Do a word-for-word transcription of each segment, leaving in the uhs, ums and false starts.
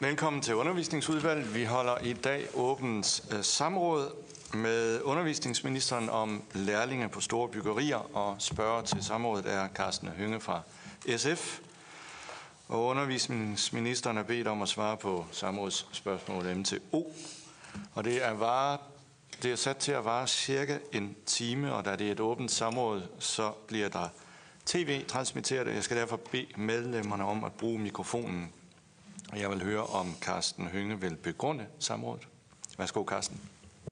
Velkommen til Undervisningsudvalget. Vi holder i dag åbent øh, samråd med undervisningsministeren om lærlinge på store byggerier, og spørger til samrådet er Karsten Hønge fra S F. Og undervisningsministeren er bedt om at svare på samrådsspørgsmål M til O. Og det er, vare, det er sat til at vare cirka en time, og da det er et åbent samråd, så bliver der tv-transmitteret. Jeg skal derfor bede medlemmerne om at bruge mikrofonen. Jeg vil høre, om Karsten Hønge vil begrunde samrådet. Værsgo, Karsten.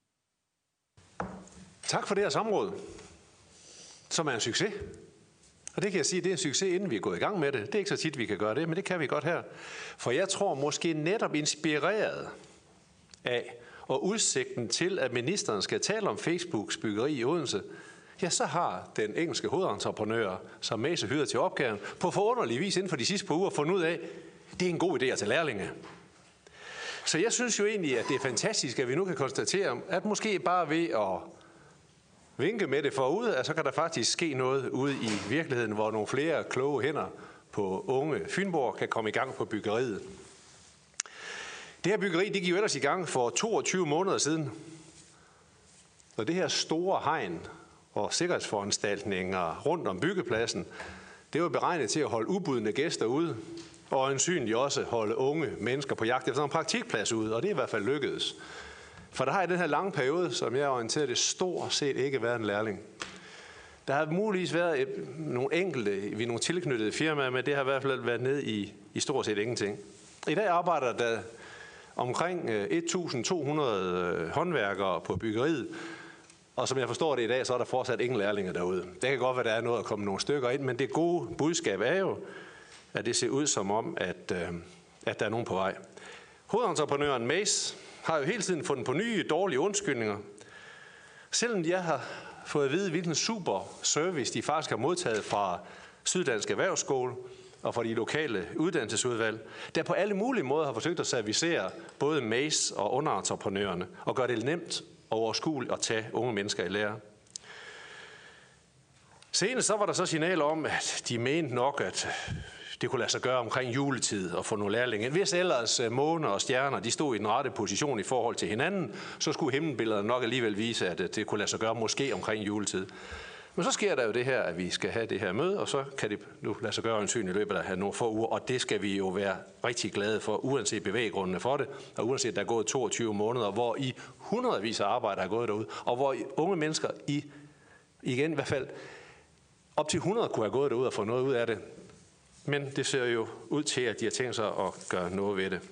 Tak for det her samråd, som er en succes. Og det kan jeg sige, det er en succes, inden vi er gået i gang med det. Det er ikke så tit, vi kan gøre det, men det kan vi godt her. For jeg tror måske netop inspireret af og udsigten til, at ministeren skal tale om Facebooks byggeri i Odense, ja, så har den engelske hovedentreprenør, som Mase hyder til opgaven, på forunderlig vis inden for de sidste par uger fundet ud af, det er en god idé at tage lærlinge. Så jeg synes jo egentlig, at det er fantastisk, at vi nu kan konstatere, at måske bare ved at vinke med det forud, at så kan der faktisk ske noget ude i virkeligheden, hvor nogle flere kloge hænder på unge Fynborg kan komme i gang på byggeriet. Det her byggeri, det gik jo ellers i gang for toogtyve måneder siden. Og det her store hegn og sikkerhedsforanstaltninger rundt om byggepladsen, det var beregnet til at holde ubudne gæster ude, og øjensynligt også holde unge mennesker på jagt efter en praktikplads ude, og det er i hvert fald lykkedes. For der har i den her lange periode, som jeg er orienteret, det stort set ikke været en lærling. Der har muligvis været et, nogle enkelte ved nogle tilknyttede firmaer, men det har i hvert fald været ned i, i stort set ingenting. I dag arbejder der omkring et tusind to hundrede håndværkere på byggeriet, og som jeg forstår det i dag, så er der fortsat ingen lærlinge derude. Det kan godt være, der er noget at komme nogle stykker ind, men det gode budskab er jo, at det ser ud som om, at, øh, at der er nogen på vej. Hovedentreprenøren Mase har jo hele tiden fundet på nye, dårlige undskyldninger. Selvom jeg har fået at vide, hvilken super service de faktisk har modtaget fra Syddansk Erhvervsskole og fra de lokale uddannelsesudvalg, der på alle mulige måder har forsøgt at servicere både Mase og underentreprenørerne og gøre det nemt og overskueligt at tage unge mennesker i lære. Senest så var der så signaler om, at de mente nok, at det kunne lade sig gøre omkring juletid og få nogle lærlinge. Hvis ellers måner og stjerner de stod i den rette position i forhold til hinanden, så skulle himmelbillederne nok alligevel vise, at det kunne lade sig gøre måske omkring juletid. Men så sker der jo det her, at vi skal have det her møde, og så kan det nu lade sig gøre øjensynligt i løbet af nogle få uger, og det skal vi jo være rigtig glade for, uanset bevæggrundene for det, og uanset der er gået toogtyve måneder, hvor i hundredvis af arbejder er gået derude, og hvor unge mennesker i, igen i hvert fald, op til hundrede kunne have gået derud og få noget ud af det. Men det ser jo ud til, at de har tænkt sig at gøre noget ved det.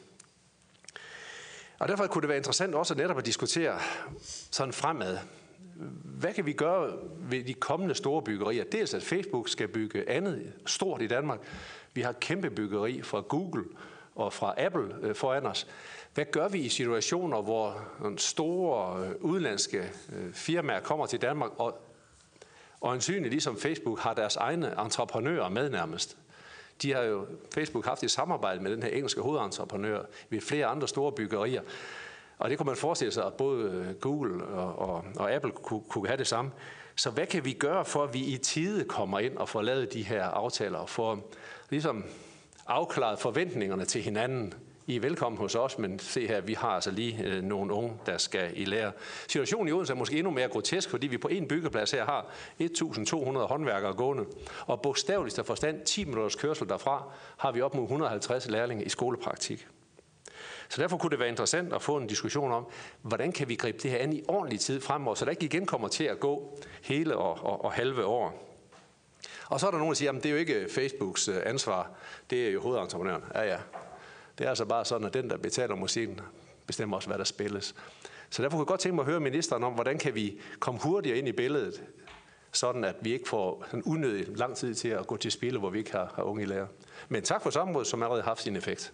Og derfor kunne det være interessant også netop at diskutere sådan fremad. Hvad kan vi gøre ved de kommende store byggerier? Dels at Facebook skal bygge andet stort i Danmark. Vi har kæmpe byggeri fra Google og fra Apple foran os. Hvad gør vi i situationer, hvor store udenlandske firmaer kommer til Danmark, og øjensynligt ligesom Facebook har deres egne entreprenører med nærmest? De har jo Facebook haft et samarbejde med den her engelske hovedentreprenør ved flere andre store byggerier. Og det kunne man forestille sig, at både Google og, og, og Apple kunne, kunne have det samme. Så hvad kan vi gøre for, at vi i tide kommer ind og får lavet de her aftaler og får ligesom afklaret forventningerne til hinanden? I er velkommen hos os, men se her, vi har altså lige øh, nogle unge, der skal i lære. Situationen i Odense er måske endnu mere grotesk, fordi vi på en byggeplads her har et tusind to hundrede håndværkere gående, og bogstaveligst af forstand ti minutters kørsel derfra har vi op mod et hundrede og halvtreds lærlinge i skolepraktik. Så derfor kunne det være interessant at få en diskussion om, hvordan kan vi gribe det her an i ordentlig tid fremover, så der ikke igen kommer til at gå hele og, og, og halve år. Og så er der nogen, der siger, at det er jo ikke Facebooks ansvar, det er jo hovedentreprenøren. Ja, ja. Det er altså bare sådan, at den, der betaler musikken, bestemmer også, hvad der spilles. Så derfor kunne jeg godt tænke mig at høre ministeren om, hvordan kan vi komme hurtigere ind i billedet, sådan at vi ikke får en unødig lang tid til at gå til spil, hvor vi ikke har, har unge i lære. Men tak for samrådet, som allerede har haft sin effekt.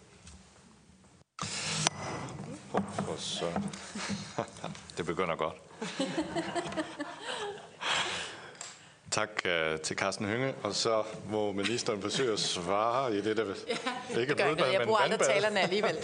Oh, så. Det begynder godt. Tak uh, til Karsten Hønge, og så må ministeren forsøge at svare i det, der ja, ikke er blodbad, men jeg bruger andre talerne alligevel.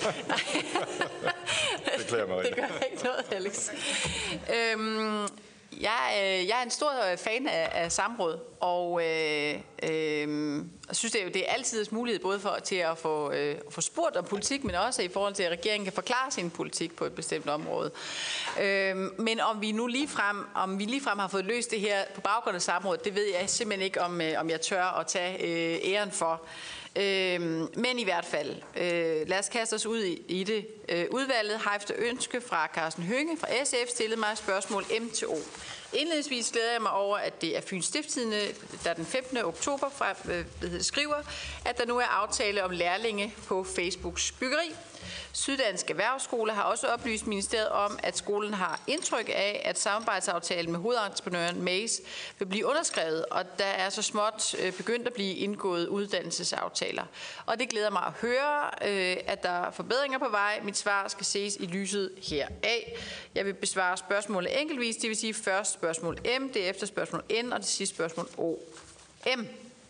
Det klæder mig rigtig. Det gør ikke noget, Alex. øhm, jeg, jeg er en stor fan af, af samråd. og øh, øh, jeg synes, det er, det er altid mulighed både for, til at få, øh, få spurgt om politik, men også i forhold til, at regeringen kan forklare sin politik på et bestemt område. Øh, men om vi nu ligefrem, om vi ligefrem har fået løst det her på baggrund af samrådet, det ved jeg simpelthen ikke, om, øh, om jeg tør at tage øh, æren for. Øh, men i hvert fald, øh, lad os kaste os ud i, i det. Øh, udvalget har efter ønske fra Carsten Hønge fra S F stillet mig spørgsmål M til O. Indledningsvis glæder jeg mig over, at det er Fyns Stiftstidende, der den femtende oktober fra, øh, skriver, at der nu er aftale om lærlinge på Facebooks byggeri. Syddansk Erhvervsskole har også oplyst ministeriet om, at skolen har indtryk af, at samarbejdsaftalen med hovedentreprenøren Maze vil blive underskrevet, og der er så småt begyndt at blive indgået uddannelsesaftaler. Og det glæder mig at høre, at der er forbedringer på vej. Mit svar skal ses i lyset heraf. Jeg vil besvare spørgsmålet enkeltvis, det vil sige først spørgsmål M, derefter spørgsmål N, og det sidste spørgsmål O. M.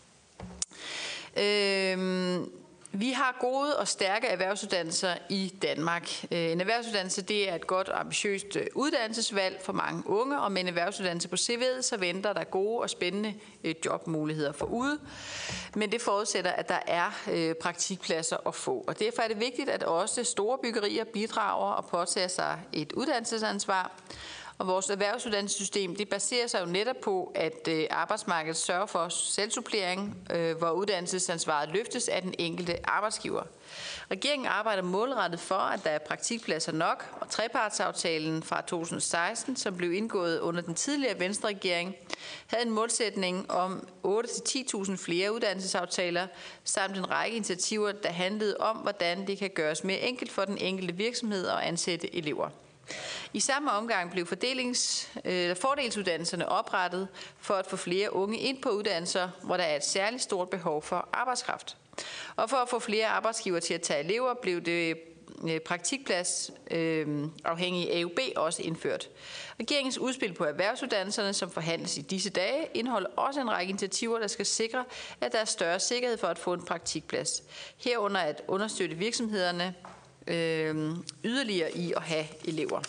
Øhm Vi har gode og stærke erhvervsuddannelser i Danmark. En erhvervsuddannelse det er et godt og ambitiøst uddannelsesvalg for mange unge, og med en erhvervsuddannelse på C V'et, så venter der gode og spændende jobmuligheder forude. Men det forudsætter, at der er praktikpladser at få. Og derfor er det vigtigt, at også store byggerier bidrager og påtager sig et uddannelsesansvar. Og vores erhvervsuddannelsessystem det baserer sig jo netop på, at øh, arbejdsmarkedet sørger for selvsupplering, øh, hvor uddannelsesansvaret løftes af den enkelte arbejdsgiver. Regeringen arbejder målrettet for, at der er praktikpladser nok, og trepartsaftalen fra to tusind og seksten, som blev indgået under den tidligere Venstre-regering, havde en målsætning om otte til ti tusind flere uddannelsesaftaler, samt en række initiativer, der handlede om, hvordan det kan gøres mere enkelt for den enkelte virksomhed at ansætte elever. I samme omgang blev fordelings, øh, fordelsuddannelserne oprettet for at få flere unge ind på uddannelser, hvor der er et særligt stort behov for arbejdskraft. Og for at få flere arbejdsgivere til at tage elever, blev det øh, praktikplads øh, afhængig af A U B også indført. Regeringens udspil på erhvervsuddannelserne, som forhandles i disse dage, indeholder også en række initiativer, der skal sikre, at der er større sikkerhed for at få en praktikplads. Herunder at understøtte virksomhederne Øh, yderligere i at have elever.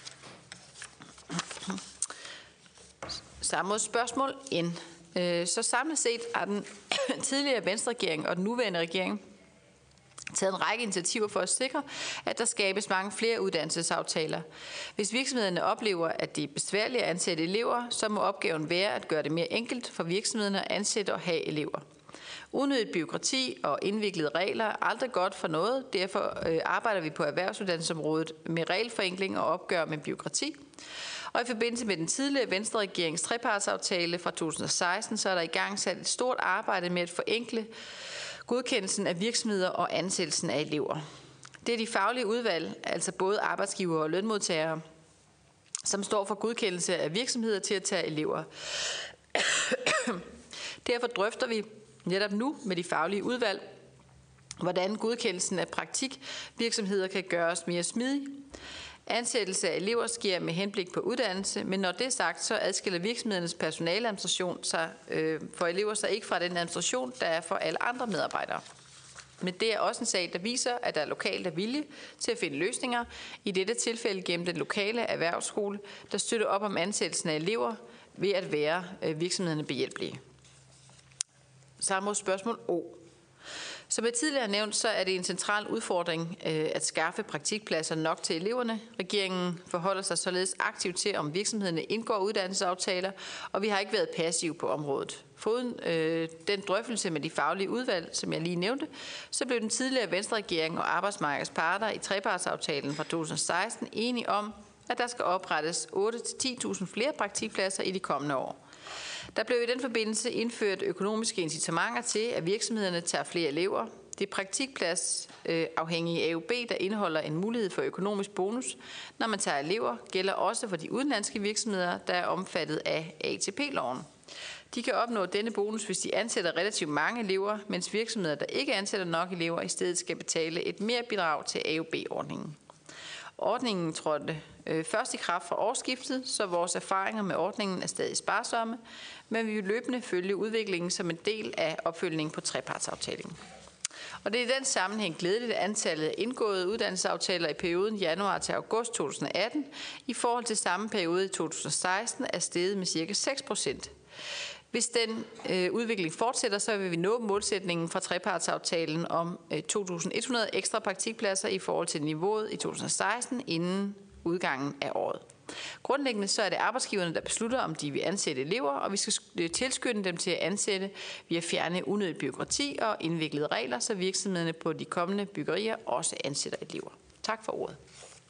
Samme spørgsmål N. Øh, så samlet set har den tidligere Venstre-regering og den nuværende regering taget en række initiativer for at sikre, at der skabes mange flere uddannelsesaftaler. Hvis virksomhederne oplever, at det er besværligt at ansætte elever, så må opgaven være at gøre det mere enkelt for virksomhederne at ansætte og have elever. Unødigt bureaukrati og indviklede regler er aldrig godt for noget. Derfor arbejder vi på erhvervsuddannelsesområdet med regelforenkling og opgør med bureaukrati. Og i forbindelse med den tidligere Venstre-regerings trepartsaftale fra to tusind og seksten, så er der i gang sat et stort arbejde med at forenkle godkendelsen af virksomheder og ansættelsen af elever. Det er de faglige udvalg, altså både arbejdsgivere og lønmodtagere, som står for godkendelse af virksomheder til at tage elever. Derfor drøfter vi netop nu med de faglige udvalg, hvordan godkendelsen af praktikvirksomheder kan gøres mere smidig. Ansættelse af elever sker med henblik på uddannelse, men når det er sagt, så adskiller virksomhedernes personaleadministration sig øh, for elever sig ikke fra den administration, der er for alle andre medarbejdere. Men det er også en sag, der viser, at der er lokalt er vilje til at finde løsninger, i dette tilfælde gennem den lokale erhvervsskole, der støtter op om ansættelsen af elever ved at være øh, virksomhederne behjælpelige. Samme spørgsmål O. Som jeg tidligere nævnt, så er det en central udfordring øh, at skaffe praktikpladser nok til eleverne. Regeringen forholder sig således aktivt til, om virksomhederne indgår uddannelsesaftaler, og vi har ikke været passive på området. Foruden øh, den drøftelse med de faglige udvalg, som jeg lige nævnte, så blev den tidligere Venstre-regering og arbejdsmarkedets parter i trepartsaftalen fra to tusind og seksten enige om, at der skal oprettes otte til ti tusind flere praktikpladser i de kommende år. Der blev i den forbindelse indført økonomiske incitamenter til, at virksomhederne tager flere elever. Det er praktikplads øh, afhængig af A U B, der indeholder en mulighed for økonomisk bonus, når man tager elever, gælder også for de udenlandske virksomheder, der er omfattet af A T P-loven. De kan opnå denne bonus, hvis de ansætter relativt mange elever, mens virksomheder, der ikke ansætter nok elever, i stedet skal betale et mere bidrag til A U B-ordningen. Ordningen trådte øh, først i kraft fra årsskiftet, så vores erfaringer med ordningen er stadig sparsomme, men vi vil løbende følge udviklingen som en del af opfølgningen på trepartsaftalen. Og det er i den sammenhæng glædeligt, at antallet af indgåede uddannelsesaftaler i perioden januar til august to tusind og atten i forhold til samme periode i to tusind og seksten er steget med ca. seks procent. Hvis den øh, udvikling fortsætter, så vil vi nå målsætningen fra trepartsaftalen om øh, to tusind et hundrede ekstra praktikpladser i forhold til niveauet i to tusind og seksten inden udgangen af året. Grundlæggende så er det arbejdsgiverne, der beslutter, om de vil ansætte elever, og vi skal tilskynde dem til at ansætte via fjerne unødigt bureaukrati og indviklede regler, så virksomhederne på de kommende byggerier også ansætter elever. Tak for ordet.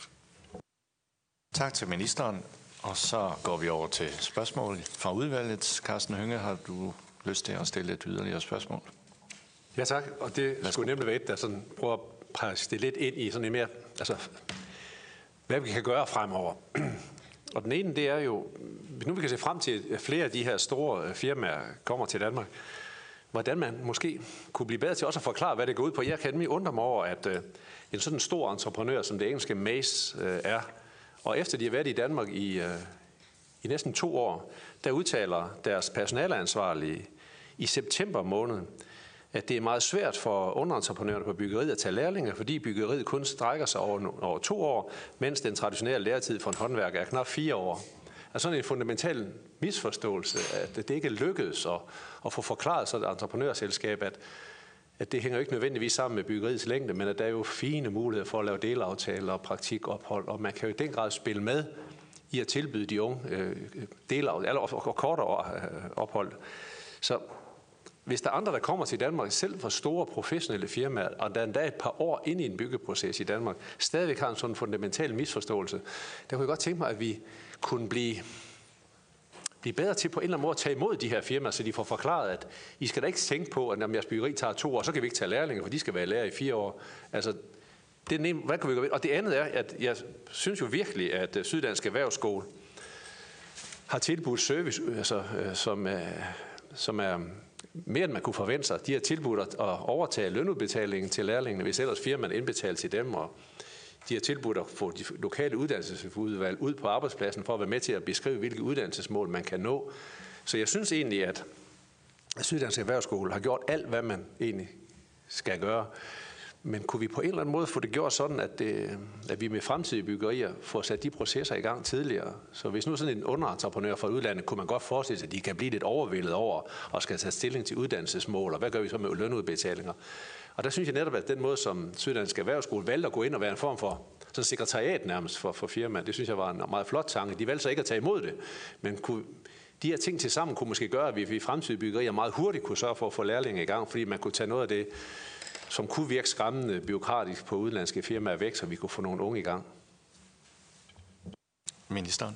Tak til ministeren. Og så går vi over til spørgsmål fra udvalget. Karsten Hønge, har du lyst til at stille et yderligere spørgsmål? Ja tak, og det skulle nemlig være et, der sådan prøver at presse det lidt ind i sådan en mere, altså hvad vi kan gøre fremover. Og den ene, det er jo, nu vi kan se frem til, at flere af de her store firmaer kommer til Danmark, hvordan man måske kunne blive bedre til også at forklare, hvad det går ud på. Jeg kan nemlig undre mig over, at en sådan stor entreprenør, som det engelske Mace er, og efter de har været i Danmark i, i næsten to år, der udtaler deres personaleansvarlige i september måned, at det er meget svært for underentreprenørerne på byggeriet at tage lærlinge, fordi byggeriet kun strækker sig over, over to år, mens den traditionelle læretid for en håndværker er knap fire år. Altså sådan en fundamental misforståelse, at det ikke lykkedes at, at få forklaret sådan et entreprenørselskab, at, at det hænger ikke nødvendigvis sammen med byggeriets længde, men at der er jo fine muligheder for at lave delaftaler og praktikophold, og man kan jo i den grad spille med i at tilbyde de unge øh, delaftaler eller og kortere ophold. Så hvis der er andre, der kommer til Danmark, selv for store professionelle firmaer, og der er endda et par år inde i en byggeproces i Danmark, stadigvæk har en sådan fundamental misforståelse, der kunne jeg godt tænke mig, at vi kunne blive, blive bedre til på en eller anden måde at tage imod de her firmaer, så de får forklaret, at I skal da ikke tænke på, at når jeres byggeri tager to år, så kan vi ikke tage lærlinge, for de skal være lærer i fire år. Altså, det er nem, hvad kan vi gøre? Og det andet er, at jeg synes jo virkelig, at Syddansk Erhvervsskole har tilbudt service, altså, som, som er mere end man kunne forvente sig. De har tilbudt at overtage lønudbetalingen til lærlingene, hvis ellers firmaen indbetaler til dem, og de har tilbudt at få de lokale uddannelsesudvalg ud på arbejdspladsen for at være med til at beskrive, hvilke uddannelsesmål man kan nå. Så jeg synes egentlig, at Syddansk Erhvervsskole har gjort alt, hvad man egentlig skal gøre. Men kunne vi på en eller anden måde få det gjort sådan, at, det, at vi med fremtidige byggerier får sat de processer i gang tidligere? Så hvis nu sådan en underentreprenør fra udlandet, kunne man godt forestille sig, at de kan blive lidt overvældet over og skal tage stilling til uddannelsesmål, og hvad gør vi så med lønudbetalinger? Og der synes jeg netop, at den måde, som Syddansk Erhvervsskole valgte at gå ind og være en form for sådan sekretariat nærmest for, for firmaet, det synes jeg var en meget flot tanke. De valgte så ikke at tage imod det, men kunne, de her ting til sammen kunne måske gøre, at vi i fremtidige byggerier meget hurtigt kunne sørge for at få lærlinge i gang, fordi man kunne tage noget af det, som kunne virke skræmmende byråkratisk på udenlandske firmaer væk, så vi kunne få nogle unge i gang. Ministeren.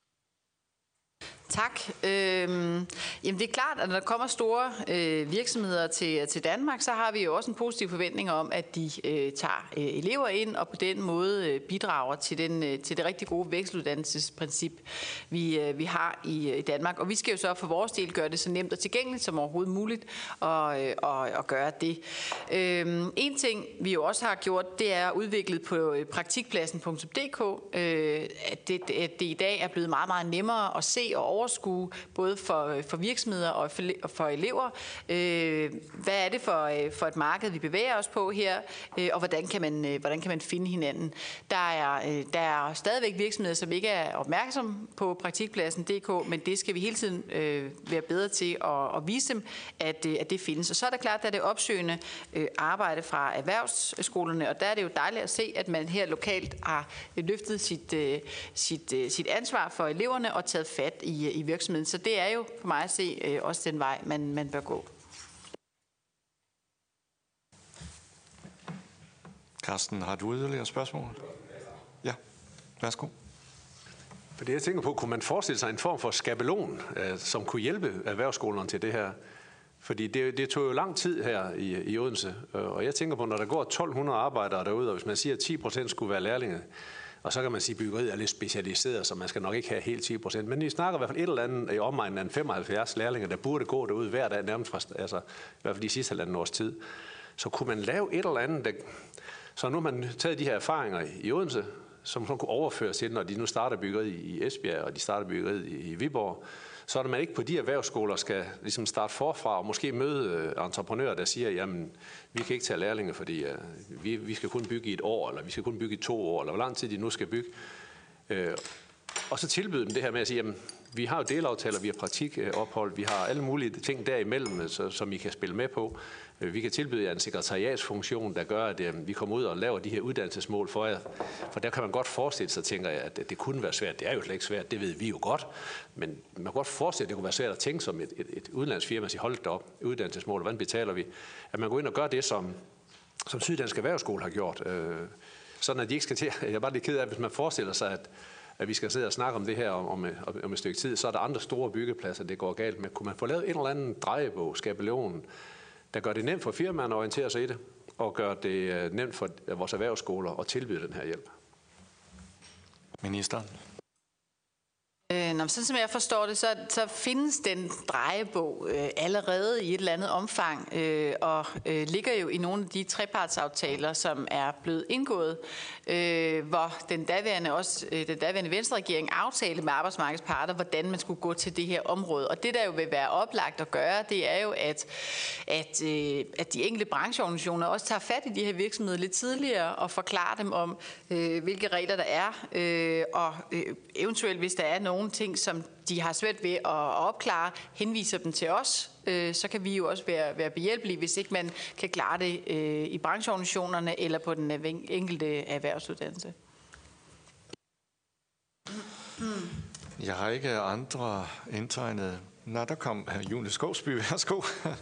Tak. Øhm, jamen det er klart, at når der kommer store øh, virksomheder til, til Danmark, så har vi jo også en positiv forventning om, at de øh, tager øh, elever ind og på den måde øh, bidrager til, den, øh, til det rigtig gode vekseluddannelsesprincip, vi, øh, vi har i, øh, i Danmark. Og vi skal jo så for vores del gøre det så nemt og tilgængeligt som overhovedet muligt at, øh, og, at gøre det. Øhm, en ting, vi jo også har gjort, det er udviklet på praktikpladsen punktum d k, øh, at, det, at det i dag er blevet meget, meget nemmere at se og overskue, både for, for virksomheder og for, for elever. Øh, hvad er det for, for et marked, vi bevæger os på her, øh, og hvordan kan, man, hvordan kan man finde hinanden? Der er, der er stadigvæk virksomheder, som ikke er opmærksomme på praktikpladsen punktum d k, men det skal vi hele tiden øh, være bedre til at, at vise dem, at, at det findes. Og så er det klart, at der er det opsøgende øh, arbejde fra erhvervsskolerne, og der er det jo dejligt at se, at man her lokalt har løftet sit, øh, sit, øh, sit ansvar for eleverne og taget fat i i virksomheden. Så det er jo for mig at se øh, også den vej, man, man bør gå. Karsten, har du yderligere spørgsmål? Ja, værsgo. For det jeg tænker på, kunne man forestille sig en form for skabelon, øh, som kunne hjælpe erhvervsskolerne til det her? Fordi det, det tog jo lang tid her i, i Odense, og jeg tænker på, når der går tolv hundrede arbejdere derude, og hvis man siger, at ti procent skulle være lærlinge, og så kan man sige, at byggeriet er lidt specialiseret, så man skal nok ikke have helt ti procent. Men vi snakker i hvert fald et eller andet i omegnen af femoghalvfjerds lærlinge, der burde gå derude hver dag, nærmest fra, altså i hvert fald de sidste halvanden års tid. Så kunne man lave et eller andet, der, så nu har man taget de her erfaringer i Odense, som kunne overføres til, når de nu starter byggeriet i Esbjerg, og de starter byggeriet i Viborg, så er man ikke på de erhvervsskoler skal ligesom starte forfra og måske møde entreprenører, der siger, jamen, vi kan ikke tage lærlinge, fordi uh, vi, vi skal kun bygge i et år, eller vi skal kun bygge i to år, eller hvor lang tid de nu skal bygge. Uh, og så tilbyde dem det her med at sige, jamen, vi har jo delaftaler, vi har praktikophold, vi har alle mulige ting derimellem, så, som I kan spille med på. Vi kan tilbyde jer en sekretariatsfunktion, der gør, at vi kommer ud og laver de her uddannelsesmål for jer. For der kan man godt forestille sig, tænker jeg, at det kunne være svært. Det er jo slet ikke svært, det ved vi jo godt. Men man kan godt forestille, at det kunne være svært at tænke som et, et, et udenlandsfirma, at sige, hold da op, uddannelsesmål, hvordan betaler vi? At man går ind og gør det, som, som Syddansk Erhvervsskole har gjort. Øh, sådan at de ikke skal til. Jeg er bare lidt ked af, hvis man forestiller sig, at at vi skal sidde og snakke om det her om, om, om et stykke tid, så er der andre store byggepladser, det går galt med. Kunne man få lavet en eller anden drejebog, skabelon, der gør det nemt for firmaerne at orientere sig i det, og gør det nemt for vores erhvervsskoler at tilbyde den her hjælp? Ministeren. Øh, når, sådan som jeg forstår det, så, så findes den drejebog øh, allerede i et eller andet omfang, øh, og øh, ligger jo i nogle af de trepartsaftaler, som er blevet indgået, øh, hvor den daværende, også, øh, den daværende Venstre-regering aftalte med arbejdsmarkedets parter, hvordan man skulle gå til det her område. Og det, der jo vil være oplagt at gøre, det er jo, at, at, øh, at de enkelte brancheorganisationer også tager fat i de her virksomheder lidt tidligere og forklarer dem om, øh, hvilke regler der er, øh, og øh, eventuelt, hvis der er nogle ting, som de har svært ved at opklare, henviser dem til os, øh, så kan vi jo også være, være behjælpelige, hvis ikke man kan klare det øh, i brancheorganisationerne eller på den enkelte erhvervsuddannelse. Jeg har ikke andre indtegnet. Nå, der kom Julie Skovsby. Værsgo.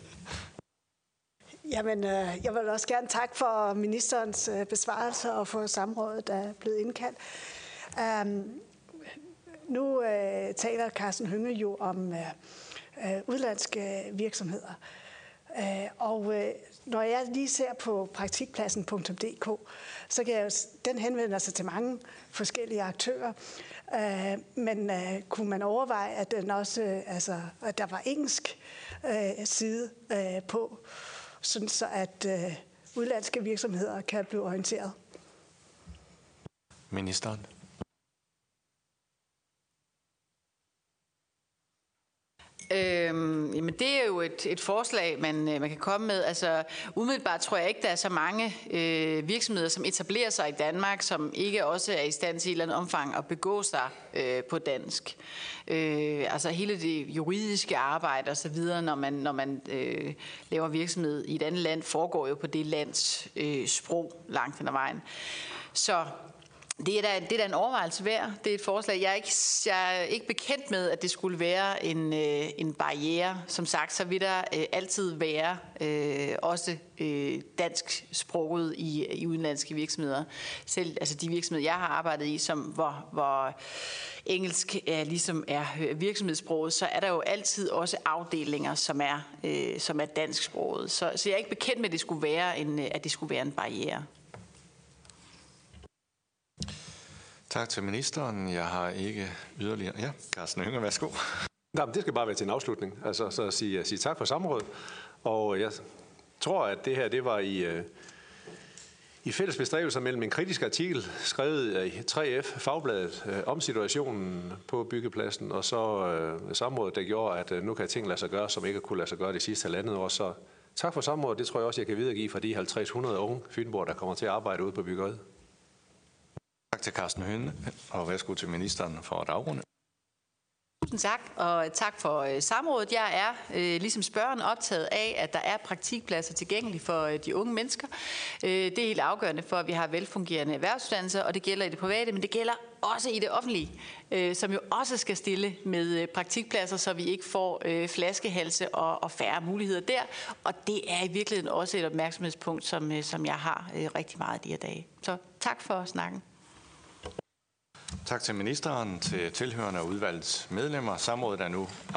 Jamen, øh, jeg vil også gerne takke for ministerens øh, besvarelse og for samrådet, der er blevet indkaldt. Um, Nu øh, taler Karsten Hønge jo om øh, øh, udlandske virksomheder. Øh, og øh, når jeg lige ser på praktikpladsen punktum d k, så kan jeg jo, den henvender sig til mange forskellige aktører. Øh, men øh, kunne man overveje, at den også, øh, altså, at der var engelsk øh, side øh, på, sådan så at øh, udlandske virksomheder kan blive orienteret? Ministeren. Øhm, jamen det er jo et, et forslag, man, man kan komme med. Altså umiddelbart tror jeg ikke, der er så mange øh, virksomheder, som etablerer sig i Danmark, som ikke også er i stand til i et eller andet omfang at begå sig øh, på dansk. Øh, altså hele det juridiske arbejde og så videre, når man, når man øh, laver virksomhed i et andet land, foregår jo på det lands øh, sprog langt hen ad vejen. Så Det er, da, det er da en overvejelse værd. Det er et forslag. Jeg er ikke, jeg er ikke bekendt med, at det skulle være en, øh, en barriere. Som sagt, så vil der øh, altid være øh, også øh, dansk sproget i, i udenlandske virksomheder. Selv altså de virksomheder, jeg har arbejdet i, som, hvor, hvor engelsk er, ligesom er virksomhedssproget, så er der jo altid også afdelinger, som er, øh, som er dansksproget. Så, så jeg er ikke bekendt med, at det skulle være en, at det skulle være en barriere. Tak til ministeren. Jeg har ikke yderligere. Ja, Karsten Hønge, værsgo. Nej, men det skal bare være til en afslutning. Altså så at sige, at sige tak for samrådet. Og jeg tror, at det her det var i, uh, i fælles bestræbelser mellem en kritisk artikel, skrevet i tre F, Fagbladet, uh, om situationen på byggepladsen, og så uh, samrådet, der gjorde, at uh, nu kan ting lade sig gøre, som ikke kunne lade sig gøre det sidste halvandet år. Så tak for samrådet. Det tror jeg også, jeg kan videregive fra de halvtreds hundrede unge fynboer, der kommer til at arbejde ude på byggeriet. Tak til Karsten Hønge, og værsgo til ministeren for at afrunde. Tusind tak, og tak for øh, samrådet. Jeg er, øh, ligesom spørgeren, optaget af, at der er praktikpladser tilgængelige for øh, de unge mennesker. Øh, det er helt afgørende for, at vi har velfungerende erhvervsuddannelser, og det gælder i det private, men det gælder også i det offentlige, øh, som jo også skal stille med øh, praktikpladser, så vi ikke får øh, flaskehalse og, og færre muligheder der. Og det er i virkeligheden også et opmærksomhedspunkt, som, øh, som jeg har øh, rigtig meget de her dage. Så tak for snakken. Tak til ministeren, til tilhørende og udvalgets medlemmer. Samrådet er nu